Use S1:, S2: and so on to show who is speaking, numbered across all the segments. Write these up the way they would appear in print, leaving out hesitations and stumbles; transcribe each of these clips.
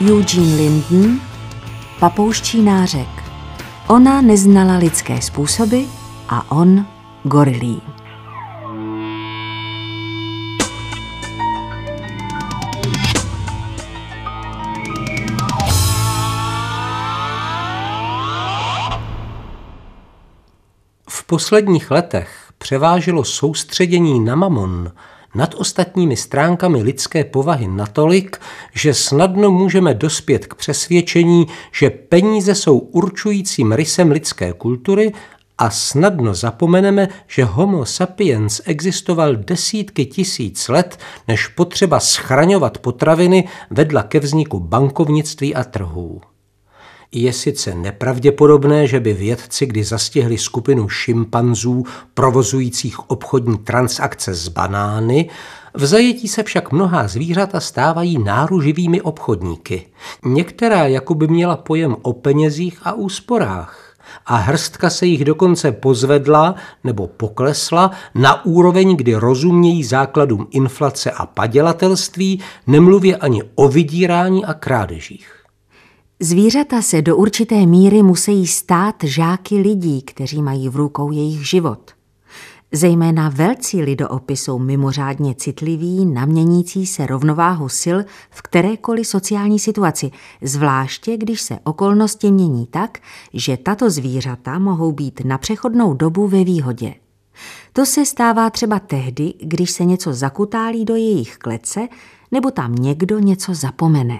S1: Eugene Linden, Papouščí nářek. Ona neznala lidské způsoby a on gorilí.
S2: V posledních letech převážilo soustředění na mamon nad ostatními stránkami lidské povahy natolik, že snadno můžeme dospět k přesvědčení, že peníze jsou určujícím rysem lidské kultury a snadno zapomeneme, že Homo sapiens existoval desítky tisíc let, než potřeba schraňovat potraviny vedla ke vzniku bankovnictví a trhů. Je sice nepravděpodobné, že by vědci kdy zastihli skupinu šimpanzů provozujících obchodní transakce s banány, v zajetí se však mnohá zvířata stávají náruživými obchodníky. Některá jakoby měla pojem o penězích a úsporách a hrstka se jich dokonce pozvedla nebo poklesla na úroveň, kdy rozumějí základům inflace a padělatelství, nemluvě ani o vydírání a krádežích.
S1: Zvířata se do určité míry musí stát žáky lidí, kteří mají v rukou jejich život. Zejména velcí lidoopi jsou mimořádně citliví na měnící se rovnováhu sil v kterékoliv sociální situaci, zvláště když se okolnosti mění tak, že tato zvířata mohou být na přechodnou dobu ve výhodě. To se stává třeba tehdy, když se něco zakutálí do jejich klece nebo tam někdo něco zapomene.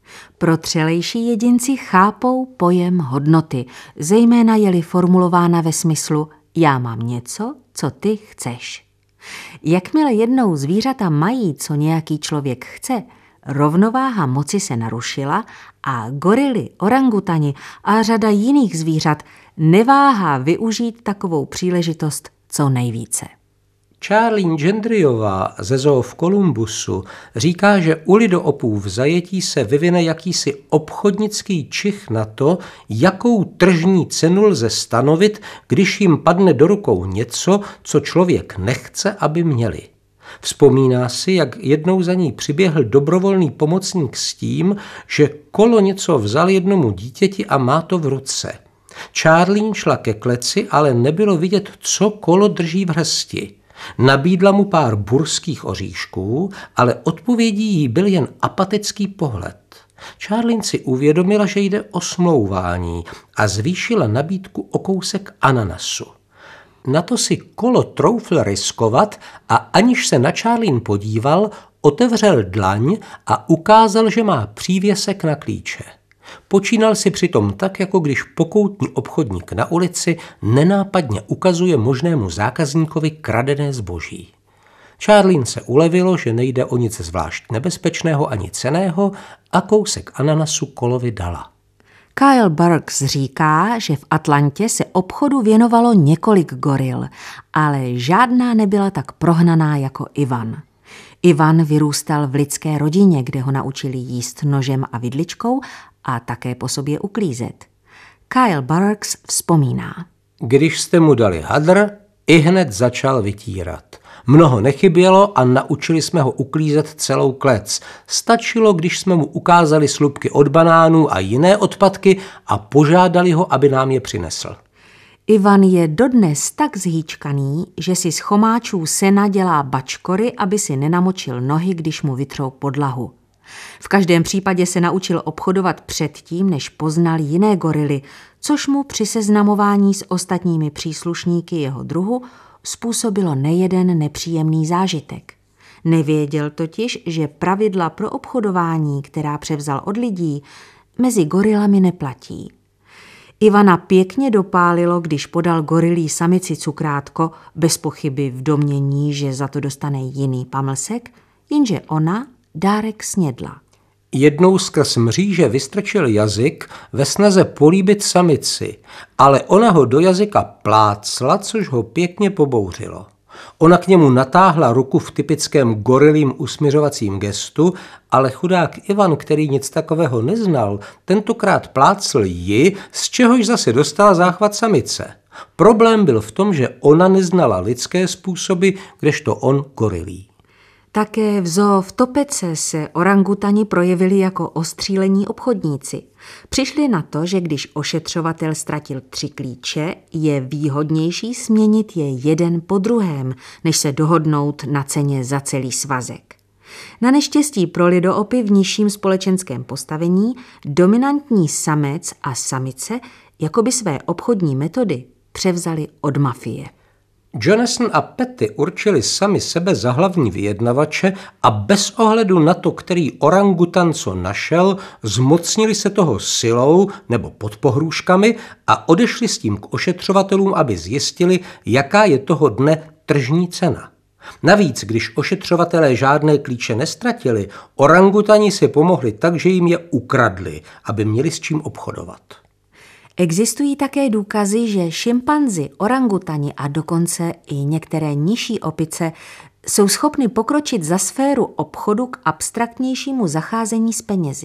S1: Protřelejší jedinci chápou pojem hodnoty, zejména je-li formulována ve smyslu já mám něco, co ty chceš. Jakmile jednou zvířata mají, co nějaký člověk chce, rovnováha moci se narušila a gorily, orangutani a řada jiných zvířat neváhá využít takovou příležitost co nejvíce.
S2: Charlene Gendryová ze zoo v Kolumbusu říká, že u lidoopů v zajetí se vyvine jakýsi obchodnický čich na to, jakou tržní cenu lze stanovit, když jim padne do rukou něco, co člověk nechce, aby měli. Vzpomíná si, jak jednou za ní přiběhl dobrovolný pomocník s tím, že kolo něco vzal jednomu dítěti a má to v ruce. Charlene šla ke kleci, ale nebylo vidět, co kolo drží v hrsti. Nabídla mu pár burských oříšků, ale odpovědí jí byl jen apatický pohled. Charlene si uvědomila, že jde o smlouvání a zvýšila nabídku o kousek ananasu. Na to si kolo troufl riskovat a aniž se na Charlene podíval, otevřel dlaň a ukázal, že má přívěsek na klíče. Počínal si přitom tak, jako když pokoutní obchodník na ulici nenápadně ukazuje možnému zákazníkovi kradené zboží. Charlene se ulevilo, že nejde o nic zvlášť nebezpečného ani cenného a kousek ananasu kolovi dala.
S1: Kyle Burks říká, že v Atlantě se obchodu věnovalo několik goril, ale žádná nebyla tak prohnaná jako Ivan. Ivan vyrůstal v lidské rodině, kde ho naučili jíst nožem a vidličkou a také po sobě uklízet. Kyle Burks vzpomíná.
S2: Když jste mu dali hadr, ihned začal vytírat. Mnoho nechybělo a naučili jsme ho uklízet celou klec. Stačilo, když jsme mu ukázali slupky od banánů a jiné odpadky a požádali ho, aby nám je přinesl.
S1: Ivan je dodnes tak zhýčkaný, že si z chomáčů sena dělá bačkory, aby si nenamočil nohy, když mu vytrou podlahu. V každém případě se naučil obchodovat předtím, než poznal jiné gorily, což mu při seznamování s ostatními příslušníky jeho druhu způsobilo nejeden nepříjemný zážitek. Nevěděl totiž, že pravidla pro obchodování, která převzal od lidí, mezi gorilami neplatí. Ivana pěkně dopálilo, když podal gorilí samici cukrátko, bez pochyby v domnění, že za to dostane jiný pamlsek, jenže ona dárek snědla.
S2: Jednou skrz mříže vystrčil jazyk ve snaze políbit samici, ale ona ho do jazyka plácla, což ho pěkně pobouřilo. Ona k němu natáhla ruku v typickém gorilím usmiřovacím gestu, ale chudák Ivan, který nic takového neznal, tentokrát plácl ji, z čehož zase dostala záchvat samice. Problém byl v tom, že ona neznala lidské způsoby, kdežto on gorilí.
S1: Také v zoo v Topece se orangutani projevili jako ostřílení obchodníci. Přišli na to, že když ošetřovatel ztratil 3 klíče, je výhodnější směnit je jeden po druhém, než se dohodnout na ceně za celý svazek. Na neštěstí pro lidoopy v nižším společenském postavení dominantní samec a samice jakoby své obchodní metody převzali od mafie.
S2: Jonasson a Petty určili sami sebe za hlavní vyjednavače a bez ohledu na to, který orangutan co našel, zmocnili se toho silou nebo pod pohrůžkami a odešli s tím k ošetřovatelům, aby zjistili, jaká je toho dne tržní cena. Navíc, když ošetřovatelé žádné klíče nestratili, orangutani si pomohli tak, že jim je ukradli, aby měli s čím obchodovat.
S1: Existují také důkazy, že šimpanzi, orangutani a dokonce i některé nižší opice jsou schopny pokročit za sféru obchodu k abstraktnějšímu zacházení s penězi.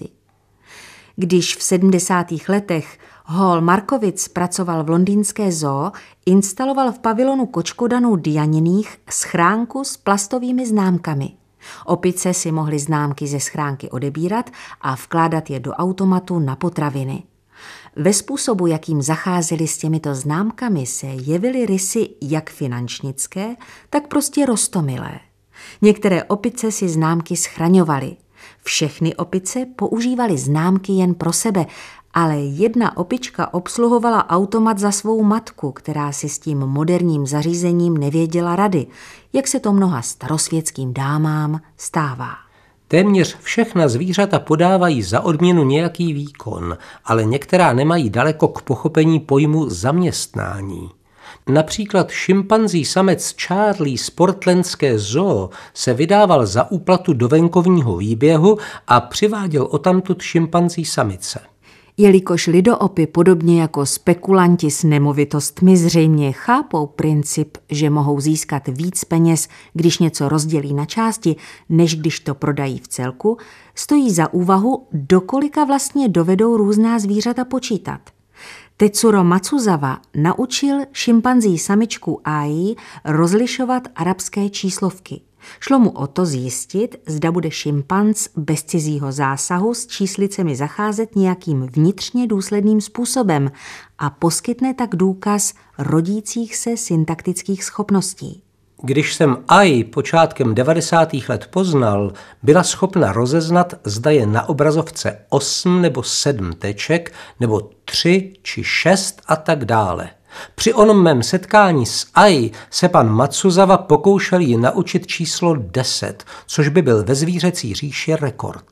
S1: Když v 70. letech Hall Markowitz pracoval v londýnské zoo, instaloval v pavilonu kočkodanů Dianiných schránku s plastovými známkami. Opice si mohly známky ze schránky odebírat a vkládat je do automatu na potraviny. Ve způsobu, jakým zacházeli s těmito známkami, se jevily rysy jak finančnické, tak prostě roztomilé. Některé opice si známky schraňovaly. Všechny opice používaly známky jen pro sebe, ale jedna opička obsluhovala automat za svou matku, která si s tím moderním zařízením nevěděla rady, jak se to mnoha starosvětským dámám stává.
S2: Téměř všechna zvířata podávají za odměnu nějaký výkon, ale některá nemají daleko k pochopení pojmu zaměstnání. Například šimpanzí samec Charlie z portlandské zoo se vydával za úplatu do venkovního výběhu a přiváděl odtamtud šimpanzí samice.
S1: Jelikož lidoopy podobně jako spekulanti s nemovitostmi zřejmě chápou princip, že mohou získat víc peněz, když něco rozdělí na části, než když to prodají v celku, stojí za úvahu, dokolika vlastně dovedou různá zvířata počítat. Tetsuro Matsuzawa naučil šimpanzí samičku Ai rozlišovat arabské číslovky. Šlo mu o to zjistit, zda bude šimpanz bez cizího zásahu s číslicemi zacházet nějakým vnitřně důsledným způsobem a poskytne tak důkaz rodících se syntaktických schopností.
S2: Když jsem Ai počátkem 90. let poznal, byla schopna rozeznat, zda je na obrazovce 8 nebo 7 teček, nebo 3 či 6 a tak dále. Při onom mém setkání s Ai se pan Matsuzawa pokoušel ji naučit číslo 10, což by byl ve zvířecí říši rekord.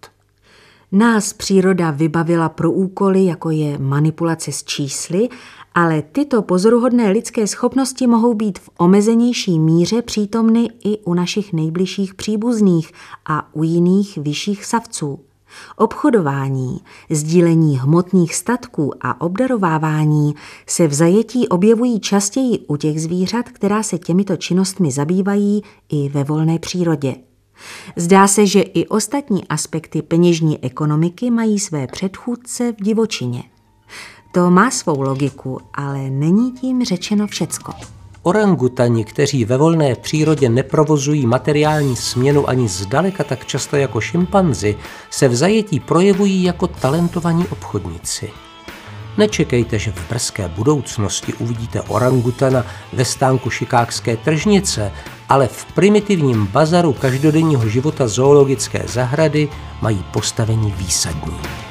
S1: Nás příroda vybavila pro úkoly, jako je manipulace s čísly, ale tyto pozoruhodné lidské schopnosti mohou být v omezenější míře přítomny i u našich nejbližších příbuzných a u jiných vyšších savců. Obchodování, sdílení hmotných statků a obdarovávání se v zajetí objevují častěji u těch zvířat, která se těmito činnostmi zabývají i ve volné přírodě. Zdá se, že i ostatní aspekty peněžní ekonomiky mají své předchůdce v divočině. To má svou logiku, ale není tím řečeno všecko.
S2: Orangutani, kteří ve volné přírodě neprovozují materiální směnu ani zdaleka tak často jako šimpanzi, se v zajetí projevují jako talentovaní obchodníci. Nečekejte, že v brzké budoucnosti uvidíte orangutana ve stánku chicagské tržnice, ale v primitivním bazaru každodenního života zoologické zahrady mají postavení výsadní.